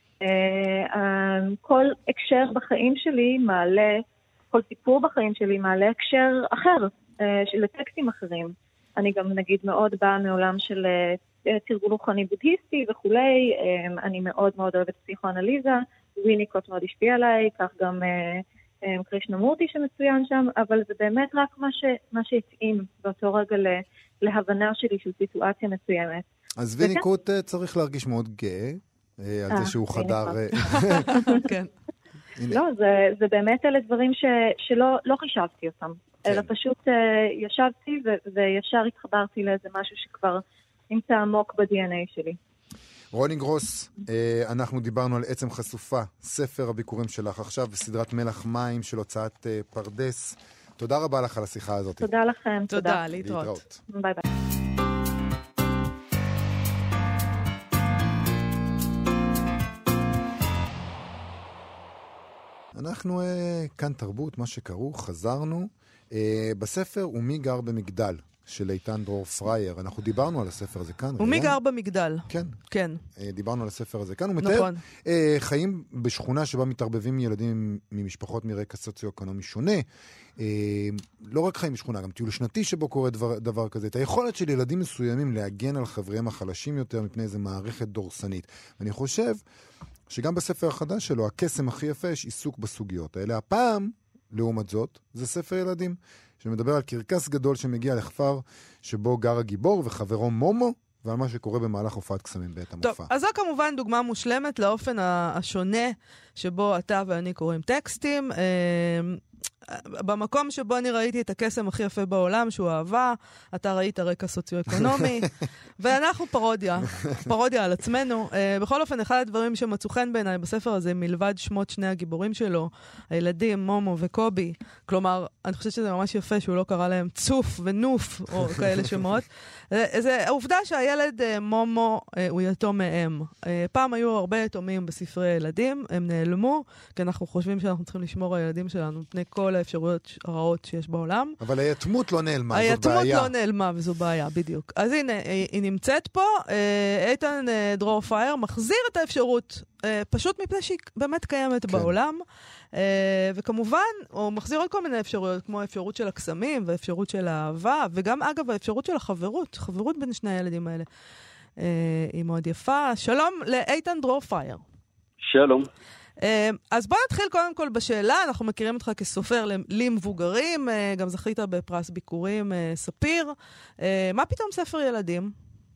S2: כל הקשר בחיים שלי מעלה, כל סיפור בחיים שלי מעלה הקשר אחר, לטקסטים אחרים. אני גם נגיד מאוד באה מעולם של תרגול רוחני בודהיסטי וכולי, אני מאוד מאוד אוהבת פסיכואנליזה, ויניקוט מאוד השפיע עליי, כך גם קרישנמורטי שמצוין שם, אבל זה באמת רק מה שהתאים באותו רגע להבנה שלי של סיטואציה מסוימת. אז
S4: ויניקוט צריך להרגיש מאוד גאה, על זה שהוא חדר...
S5: כן.
S2: לא, זה באמת אלה דברים שלא חישבתי אותם, אלא פשוט ישבתי וישר התחברתי לאיזה משהו שכבר נמצא עמוק ב-DNA שלי.
S4: רוני גרוס, אנחנו דיברנו על עצם חשופה, ספר הביקורים שלך עכשיו, בסדרת מלח מים של הוצאת פרדס. תודה רבה לך על השיחה הזאת.
S2: תודה לכם.
S5: תודה, להתראות.
S2: ביי ביי.
S4: אנחנו כאן תרבות, מה שקראו, חזרנו. בספר ומי גר במגדל של איתן דרור פרייר. אנחנו דיברנו על הספר הזה כאן.
S5: ומי גר במגדל.
S4: כן.
S5: כן.
S4: דיברנו על הספר הזה כאן. הוא מתאר חיים בשכונה שבה מתערבבים ילדים ממשפחות מרקע סוציו-אקונומי שונה. לא רק חיים בשכונה, גם טיול שנתי שבו קורה דבר כזה. את היכולת של ילדים מסוימים להגן על חבריהם החלשים יותר מפני איזו מערכת דורסנית. ואני חושב שגם בספר החדש שלו, הקסם הכי יפה, יש עיסוק בסוגיות האלה. הפעם, לעומת זאת, זה ספר ילדים, שמדבר על קרקס גדול שמגיע לכפר שבו גר הגיבור וחברו מומו, ועל מה שקורה במהלך הופעת קסמים בעת המופע.
S5: טוב, אז זו כמובן דוגמה מושלמת לאופן השונה שבו אתה ואני קוראים טקסטים. במקום שבו אני ראיתי את הקסם הכי יפה בעולם, שהוא אהבה, אתה ראית רקע סוציו-אקונומי, ואנחנו פרודיה על עצמנו. בכל אופן, אחד הדברים שמצאו חן בעיניי בספר הזה, מלבד שמות שני הגיבורים שלו, הילדים, מומו וקובי, כלומר, אני חושבת שזה ממש יפה שהוא לא קרא להם צוף ונוף, או כאלה שמות. זה העובדה שהילד מומו הוא יתום מאם. פעם היו הרבה יתומים בספרי ילדים, הם נעלמו, כי אנחנו חושבים שאנחנו צריכים לשמור על הילדים שלנו מפני כל האפשרויות הרעות שיש בעולם.
S4: אבל היתמות לא נעלמה, זו בעיה.
S5: היתמות לא נעלמה, וזו בעיה, בדיוק. אז הנה, היא נמצאת פה, איתן דרור פרייר מחזיר את האפשרות, פשוט מפני שהיא באמת קיימת בעולם, וכמובן, הוא מחזיר עוד כל מיני אפשרויות, כמו האפשרות של הקסמים, והאפשרות של האהבה, וגם אגב, האפשרות של חברות בין שני הילדים האלה. היא מאוד יפה. שלום לאיתן דרור פרייר.
S6: שלום.
S5: אז בוא נתחיל קודם כל בשאלה, אנחנו מכירים אותך כסופר למבוגרים, גם זכית בפרס ביקורים ספיר. מה פתאום ספר ילדים?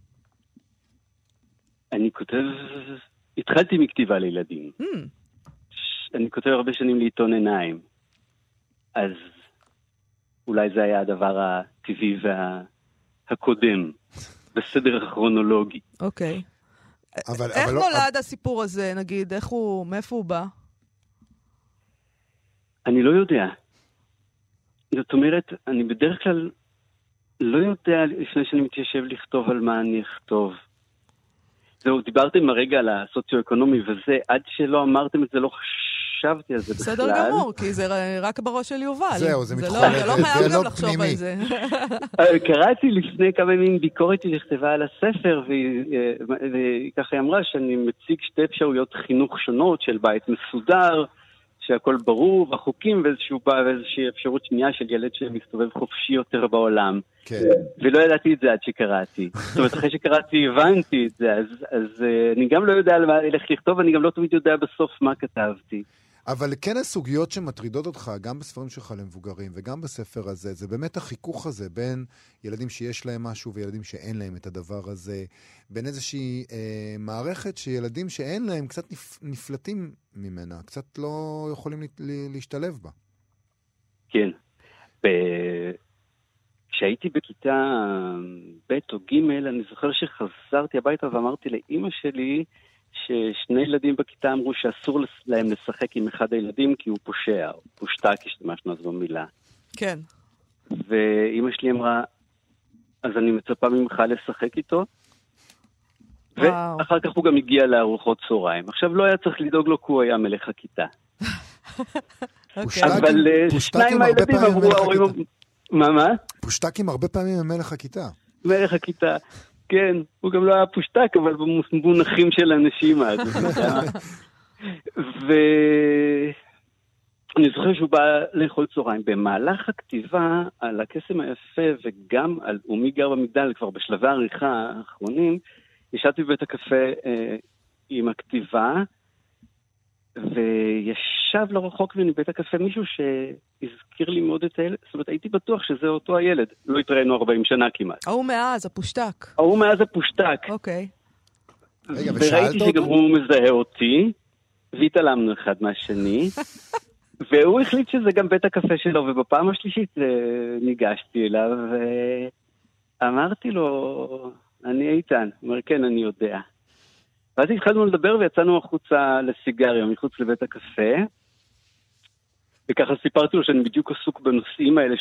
S6: אני כותב, התחלתי מכתיבה לילדים. אני כותב הרבה שנים לעיתון עיניים. אז אולי זה היה הדבר הטבעי והקודם, בסדר הכרונולוגי.
S5: אוקיי. איך נולד הסיפור הזה, נגיד? מאיפה הוא בא?
S6: אני לא יודע. זאת אומרת, אני בדרך כלל לא יודע לפני שאני מתיישב לכתוב על מה אני אכתוב. זהו, דיברתם הרגע על הסוציו-אקונומי וזה, עד שלא אמרתם את זה, לא חשבתי על זה בכלל.
S5: בסדר גמור, כי זה רק בראש של יובל.
S4: זהו, זה מתחולק.
S5: אתה לא חייב גם לחשוב על זה.
S6: קראתי לפני כמה ימים ביקורת שנכתבה על הספר, וככה היא אמרה שאני מציג שתי אפשרויות חינוך שונות של בית מסודר, שהכל ברור, והחוקים ואיזושהי אפשרות שנייה של ילד שמסתובב חופשי יותר בעולם.
S4: כן.
S6: ולא ידעתי את זה עד שקראתי. זאת אומרת, אחרי שקראתי הבנתי את זה, אז אני גם לא יודע על מה אלך לכתוב, אני גם לא תמיד יודע בסוף מה כתבתי.
S4: אבל כן הסוגיות שמטרידות אותך, גם בספרים שלך למבוגרים וגם בספר הזה, זה באמת החיכוך הזה בין ילדים שיש להם משהו וילדים שאין להם את הדבר הזה, בין איזושהי מערכת שילדים שאין להם קצת נפלטים ממנה, קצת לא יכולים להשתלב בה.
S6: כן. כשהייתי בכיתה ב' או ג', אני זוכר שחזרתי הביתה ואמרתי לאמא שלי, ששני ילדים בכיתה אמרו שאסור להם לשחק עם אחד הילדים כי הוא פושע, הוא פושטק, השתמשנו אז במילה.
S5: כן.
S6: ואמא שלי אמרה, אז אני מצפה ממך לשחק איתו. ואחר כך הוא גם הגיע לארוחות צהריים. עכשיו לא היה צריך לדאוג לו כי הוא היה מלך הכיתה. אבל שניים מהילדים אמרו, ההורים... מה?
S4: פושטקים הרבה פעמים הם מלך הכיתה.
S6: מלך הכיתה. כן, הוא גם לא היה פושטק, אבל במונחים של אנשים אז. ואני זוכר שהוא בא לאכול צהריים. במהלך הכתיבה על הקסם היפה וגם על ומי גר במגדל, כבר בשלבי העריכה האחרונים, ישבתי בבית הקפה עם הכתיבה, וישב לא רחוק ממני בבית הקפה מישהו שהזכיר לי מאוד את הילד, זאת אומרת, הייתי בטוח שזה אותו הילד. לא התראינו 40 שנה כמעט.
S5: ההוא מאז, הפושטק.
S6: ההוא מאז הפושטק.
S5: אוקיי.
S6: וראיתי שגם הוא מזהה אותי, והתעלמנו אחד מהשני, והוא החליט שזה גם בית הקפה שלו, ובפעם השלישית ניגשתי אליו, ואמרתי לו, אני איתן. הוא אומר, כן, אני יודע. ואז התחלנו לדבר ויצאנו החוצה לסיגריה, מחוץ לבית הקפה, וככה סיפרתי לו שאני בדיוק עסוק בנושאים האלה,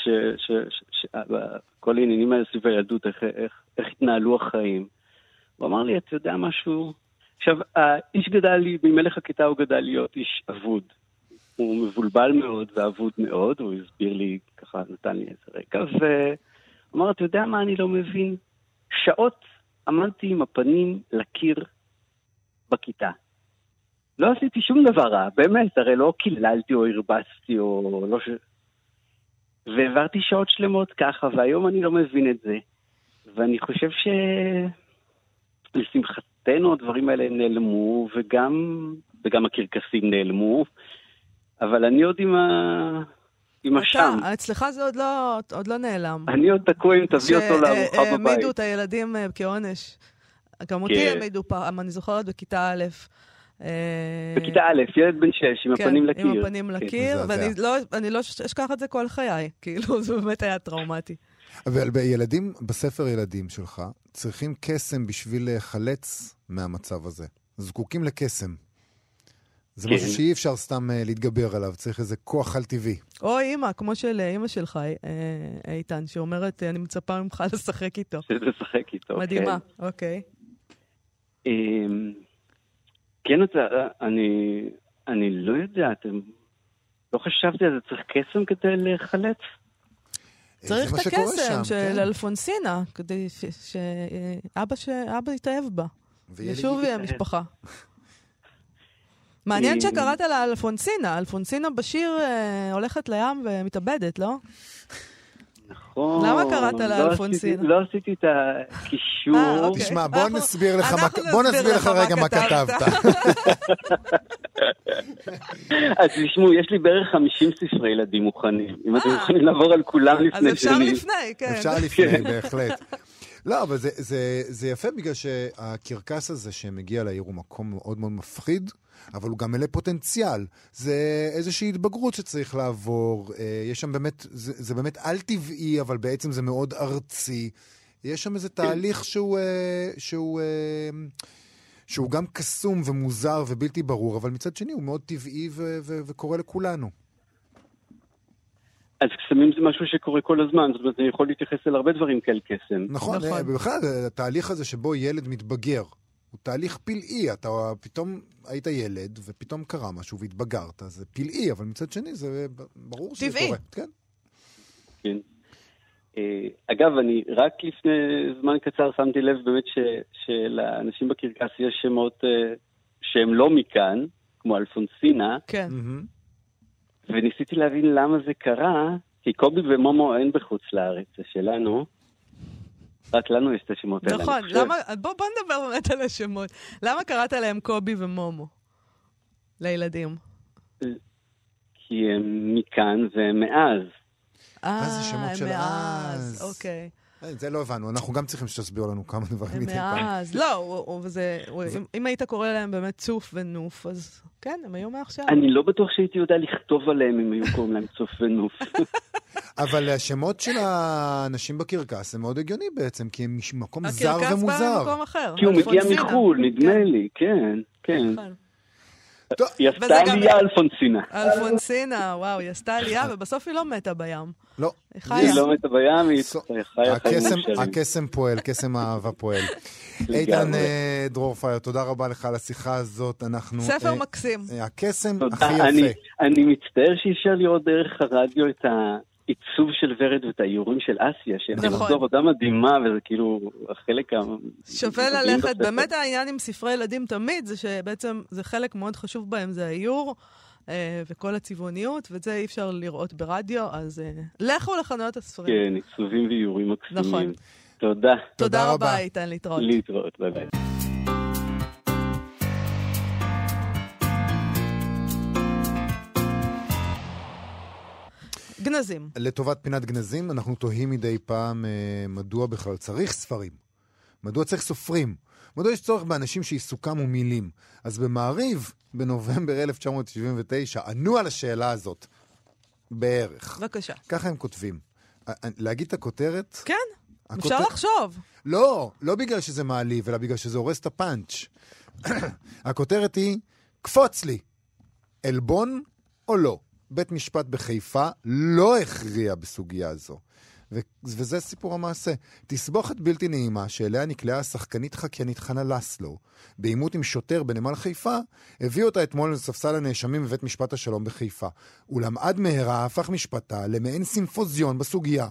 S6: כל העניינים האלה סביב הילדות, איך התנהלו החיים. הוא אמר לי, אתה יודע משהו? עכשיו, האיש גדל לי, ממלך הכיתה הוא גדל להיות איש אבוד. הוא מבולבל מאוד ואבוד מאוד, הוא הסביר לי, ככה נתן לי איזה רגע, והוא אמר, אתה יודע מה אני לא מבין? שעות עמדתי עם הפנים לקיר בכיתה. לא עשיתי שום דבר רע, באמת, הרי לא קיללתי או הרבצתי או לא ועברתי שעות שלמות ככה, והיום אני לא מבין את זה. ואני חושב שלשמחתנו הדברים האלה נעלמו, וגם הקרקסים נעלמו, אבל אני עוד עם השם.
S5: אצלך זה עוד לא נעלם.
S6: אני עוד תקוע אם תביא אותו לארוחה בבית.
S5: שהעמידו את הילדים כעונש. גם אותי העמידו פעם, אני זוכרת בכיתה א'.
S6: בכיתה א', ילד בן 6, עם הפנים לקיר.
S5: עם הפנים לקיר, ואני לא אשכח את זה כל חיי. כאילו, זה באמת היה טראומטי.
S4: אבל בילדים, בספר ילדים שלך, צריכים קסם בשביל להיחלץ מהמצב הזה. זקוקים לקסם. זה משהו שאי אפשר סתם להתגבר עליו, צריך איזה כוח על טבעי.
S5: או אמא, כמו של אמא שלך, איתן, שאומרת, אני מצפה ממך לשחק איתו.
S6: לשחק איתו,
S5: מדהימה, אוקיי.
S6: כן, אני לא יודע, לא חשבתי על זה, צריך קסם כדי להיחלץ?
S5: צריך את הקסם של אלפונסינה, כדי שאבא יתאהב בה. ושוב יהיה משפחה. מעניין שקראת לה אלפונסינה. אלפונסינה בשיר הולכת לים ומתאבדת, לא?
S6: נכון.
S5: למה קראת לה אלפונסינה?
S6: לא עשיתי את הקישור.
S4: תשמע, בוא נסביר לך רגע מה כתבת.
S6: אז תשמעו, יש לי בערך 50 ספרי ילדים מוכנים. אם אתם יכולים לעבור על כולם לפני שלי.
S5: אז אפשר לפני, כן.
S4: אפשר לפני, בהחלט. לא, אבל זה יפה בגלל שהקרקס הזה שמגיע לעיר הוא מקום מאוד מאוד מפחיד, אבל הוא גם מלא פוטנציאל. זה איזושהי התבגרות שצריך לעבור. יש שם באמת, זה באמת על טבעי, אבל בעצם זה מאוד ארצי. יש שם איזה תהליך שהוא גם קסום ומוזר ובלתי ברור, אבל מצד שני הוא מאוד טבעי וקורה לכולנו.
S6: אז קסמים זה משהו שקורה כל הזמן, זאת אומרת, אני יכול להתייחס אל הרבה דברים כאל קסם.
S4: נכון, בכלל, התהליך הזה שבו ילד מתבגר, הוא תהליך פלאי, אתה פתאום היית ילד, ופתאום קרה משהו והתבגרת, זה פלאי, אבל מצד שני זה ברור שזה קורה. כן.
S6: כן. אגב, אני רק לפני זמן קצר שמתי לב באמת שלאנשים בקרקס יש שמות שהם לא מכאן, כמו אלפונסינה,
S5: כן.
S6: וניסיתי להבין למה זה קרה, כי קובי ומומו אין בחוץ לארץ, זה שלנו. רק לנו יש את השמות האלה.
S5: נכון, בוא נדבר באמת על השמות. למה קראת להם קובי ומומו? לילדים.
S6: כי הם מכאן ומאז.
S4: זה שמות של אז.
S5: אוקיי.
S4: זה לא הבנו, אנחנו גם צריכים שתסביר לנו כמה דברים מדי פעם.
S5: מאז, לא, אם היית קורא להם באמת צוף ונוף, אז כן, הם היו מעכשיו.
S6: אני לא בטוח שהייתי יודע לכתוב עליהם אם היו קוראים להם צוף ונוף.
S4: אבל השמות של האנשים בקרקס הם מאוד הגיוני בעצם, כי הם מקום זר
S5: הקרקס
S4: ומוזר.
S5: בא ממקום אחר.
S6: כי הוא מגיע מחול, נדמה לי, כן, כן. היא עשתה עלייה אלפונסינה.
S5: אלפונסינה, וואו, היא עשתה עלייה, ובסוף היא לא מתה בים.
S4: לא.
S6: היא לא מתה בים, היא חיה חיים נשארים.
S4: הקסם פועל, קסם האהבה פועל. איתן דרור פייר, תודה רבה לך על השיחה הזאת.
S5: ספר מקסים.
S4: הקסם הכי יפה.
S6: אני מצטער שאי אפשר לראות דרך הרדיו את העיצוב של ורד ואת האיורים של אסיה, שהם עשו עבודה מדהימה, וזה כאילו החלק
S5: שווה ללכת, באמת העניין עם ספרי ילדים תמיד, זה שבעצם זה חלק מאוד חשוב בהם, זה האיור, וכל הצבעוניות, ואת זה אי אפשר לראות ברדיו, אז לכו לחנויות הספרים.
S6: כן, עיצובים ואיורים מקסימים.
S5: נכון.
S6: תודה.
S5: תודה רבה, איתן, להתראות.
S6: להתראות, ביי ביי.
S5: גנזים.
S4: לטובת פינת גנזים, אנחנו תוהים מדי פעם מדוע בכלל צריך ספרים. מדוע צריך סופרים. מדוע יש צורך באנשים שעיסוקם ומילים. אז במעריב, בנובמבר 1979, ענו על השאלה הזאת. בערך.
S5: בבקשה.
S4: ככה הם כותבים. להגיד את הכותרת?
S5: כן, אפשר לחשוב.
S4: לא בגלל שזה מעליב, אלא בגלל שזה הורס את הפאנץ'. הכותרת היא, קפוץ לי, אלבון או לא? בית משפט בחיפה לא הכריע בסוגיה הזו. וזה סיפור המעשה. תסבוכת בלתי נעימה שאליה נקלעה השחקנית חקיינית חנה לסלו, בעימות עם שוטר בנמל חיפה, הביא אותה אתמול לספסל הנאשמים בבית משפט השלום בחיפה. אולם עד מהרה הפך משפטה למעין סימפוזיון בסוגיה.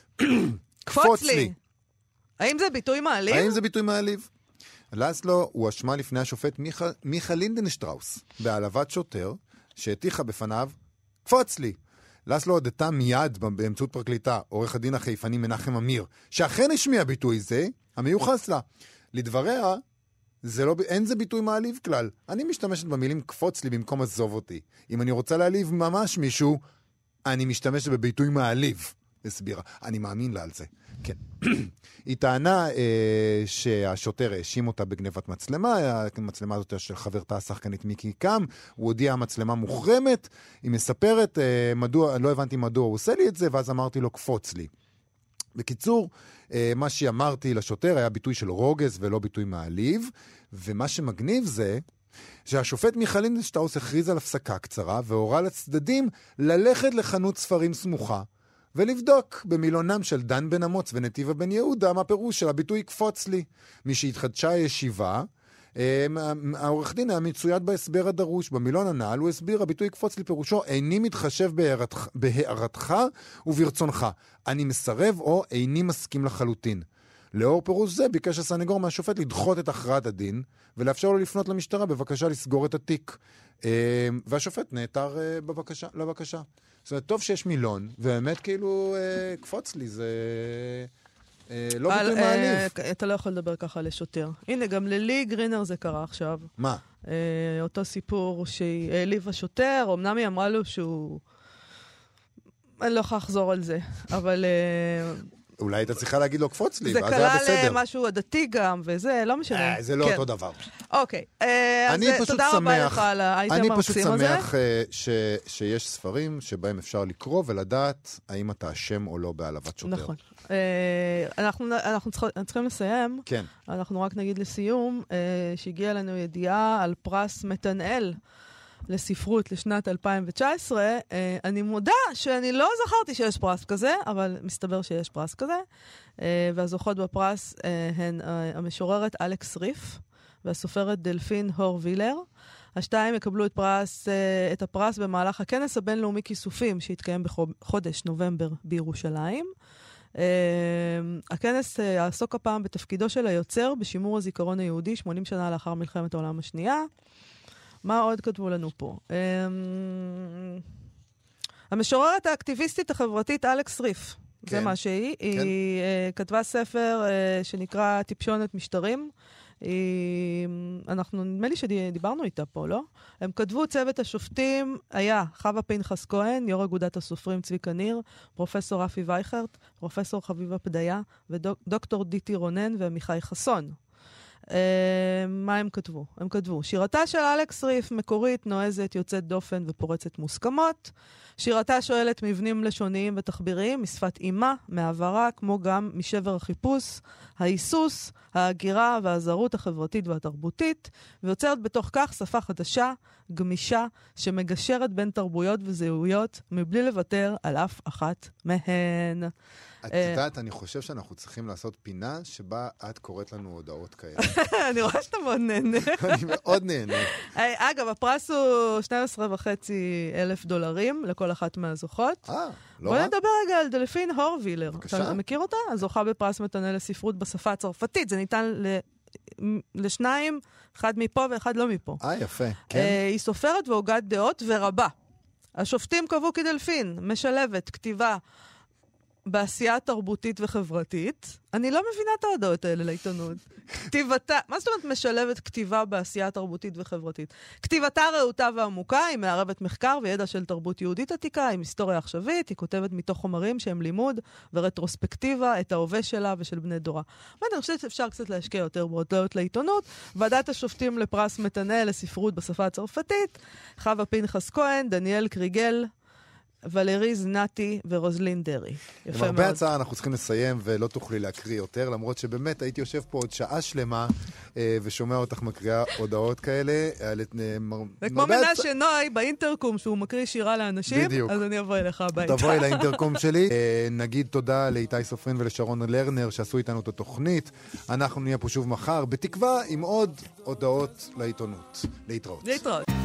S5: קפוץ לי. האם זה ביטוי מעליב?
S4: האם זה ביטוי מעליב? לסלו הוא אשמה לפני השופט מיכה לינדנשטראוס, בהעלבת שוטר, שהטיחה בפניו, קפוץ לי. לסלו הודתה מיד באמצעות פרקליטה, עורך הדין החיפני מנחם אמיר, שאכן השמיע ביטוי זה, המיוחס לה. לדבריה, אין זה ביטוי מעליב כלל. אני משתמשת במילים קפוץ לי במקום עזוב אותי. אם אני רוצה להעליב ממש מישהו, אני משתמשת בביטוי מעליב. הסבירה. אני מאמין לה על זה. כן. היא טענה שהשוטר האשים אותה בגנבת מצלמה, המצלמה הזאת של חברתה השחקנית מיקי קם, הוא הודיע המצלמה מוחרמת, היא מספרת, לא הבנתי מדוע הוא עושה לי את זה, ואז אמרתי לו קפוץ לי. בקיצור, מה שאמרתי לשוטר היה ביטוי של רוגז ולא ביטוי מעליב, ומה שמגניב זה שהשופט מיכה לינדנשטראוס הכריז על הפסקה קצרה, והורה לצדדים ללכת לחנות ספרים סמוכה, ולבדוק במילונם של דן בן אמוץ ונתיבה בן יהודה מה פירוש של הביטוי קפוץ לי. מי שהתחדשה הישיבה, העורך דין היה מצויד בהסבר הדרוש. במילון הנעל הוא הסביר, הביטוי קפוץ לי פירושו, איני מתחשב בהערתך וברצונך. אני מסרב או איני מסכים לחלוטין. לאור פירוש זה ביקש הסנגור מהשופט לדחות את הכרעת הדין, ולאפשר לו לפנות למשטרה בבקשה לסגור את התיק. והשופט נעתר לבקשה. זאת אומרת, טוב שיש מילון, ובאמת כאילו קפוץ לי, זה לא ביטוי מעליב.
S5: אתה לא יכול לדבר ככה לשוטר. הנה, גם ללי גרינר זה קרה עכשיו.
S4: מה?
S5: אותו סיפור שהיא העליבה שוטר, אמנם היא אמרה לו שהוא... אני לא יכולה לחזור על זה, אבל...
S4: אולי הייתה צריכה להגיד לו קפוץ לי,
S5: זה
S4: ואז היה בסדר.
S5: קרה למשהו עדתי גם, וזה לא משנה.
S4: זה לא אותו דבר.
S5: אוקיי, אז תודה רבה לך על האייטם המקסים הזה.
S4: אני פשוט שמח שיש ספרים שבהם אפשר לקרוא ולדעת האם אתה אשם או לא בהעלבת שוטר.
S5: נכון. אנחנו צריכים לסיים.
S4: כן.
S5: אנחנו רק נגיד לסיום, שהגיעה לנו ידיעה על פרס מתנאל לספרות לשנת 2019. אני מודה שאני לא זכרתי שיש פרס כזה, אבל מסתבר שיש פרס כזה. והזוכות בפרס הן המשוררת אלכס ריף והסופרת דלפין הור-וילר. השתיים יקבלו את הפרס במהלך הכנס הבינלאומי כיסופים שהתקיים בחודש נובמבר בירושלים. הכנס יעסוק הפעם בתפקידו של היוצר בשימור הזיכרון היהודי 80 שנה לאחר מלחמת העולם השנייה. מה עוד כתבו לנו פה? המשוררת האקטיביסטית החברתית אלכס ריף,
S4: כן.
S5: זה מה שהיא.
S4: כן.
S5: היא כתבה ספר שנקרא טיפשונת משטרים. נדמה לי שדיברנו איתה פה, לא? הם כתבו צוות השופטים, היה חווה פנחס כהן, יו"ר אגודת הסופרים צביקה ניר, פרופסור רפי וייכרט, פרופסור חביבה פדיה, ודוקטור דיטי רונן ומיכאי חסון. מה הם כתבו? הם כתבו, שירתה של אלכס ריף מקורית, נועזת, יוצאת דופן ופורצת מוסכמות. שירתה שואלת מבנים לשוניים ותחביריים, משפת אימה, מעברה, כמו גם משבר החיפוש, ההיסוס, ההגירה והזרות החברתית והתרבותית, ויוצרת בתוך כך שפה חדשה, גמישה, שמגשרת בין תרבויות וזהויות, מבלי לוותר על אף אחת מהן.
S4: את יודעת, אני חושב שאנחנו צריכים לעשות פינה שבה את קוראת לנו הודעות כאלה.
S5: אני רואה שאתה מאוד נהנה.
S4: אני מאוד נהנה.
S5: אגב, הפרס הוא $12,500 לכל אחת מהזוכות.
S4: לא
S5: בוא
S4: רע?
S5: נדבר רגע על דלפין הורווילר.
S4: בבקשה.
S5: אתה מכיר אותה? הזוכה בפרס מתנה לספרות בשפה הצרפתית. זה ניתן לשניים, אחד מפה ואחד לא מפה.
S4: יפה. כן.
S5: היא סופרת והוגת דעות ורבה. השופטים קבעו כי דלפין משלבת כתיבה בעשייה תרבותית וחברתית. אני לא מבינה את ההודעות האלה לעיתונות. כתיבתה, מה זאת אומרת משלבת כתיבה בעשייה תרבותית וחברתית? כתיבתה רהוטה ועמוקה, היא מערבת מחקר וידע של תרבות יהודית עתיקה, עם היסטוריה עכשווית, היא כותבת מתוך חומרים שהם לימוד ורטרוספקטיבה, את ההווה שלה ושל בני דורה. אני חושבת שאפשר קצת להשקיע יותר בהודעות לעיתונות. ועדת השופטים לפרס מתנה לספרות בשפה הצרפתית, חווה פנחס כהן, דניאל קריגל, ולרי זנתי ורוזלין דרי. יפה מאוד.
S4: הרבה הצעה אנחנו צריכים לסיים ולא תוכלי להקריא יותר, למרות שבאמת הייתי יושב פה עוד שעה שלמה ושומע אותך מקריאה הודעות כאלה.
S5: זה כמו מנשה נוי באינטרקום שהוא מקריא שירה לאנשים,
S4: בדיוק.
S5: אז אני אבוא אליך הביתה.
S4: תבואי לאינטרקום שלי. נגיד תודה לאיתי סופרין ולשרון לרנר שעשו איתנו את התוכנית. אנחנו נהיה פה שוב מחר, בתקווה עם עוד הודעות לעיתונות. להתראות.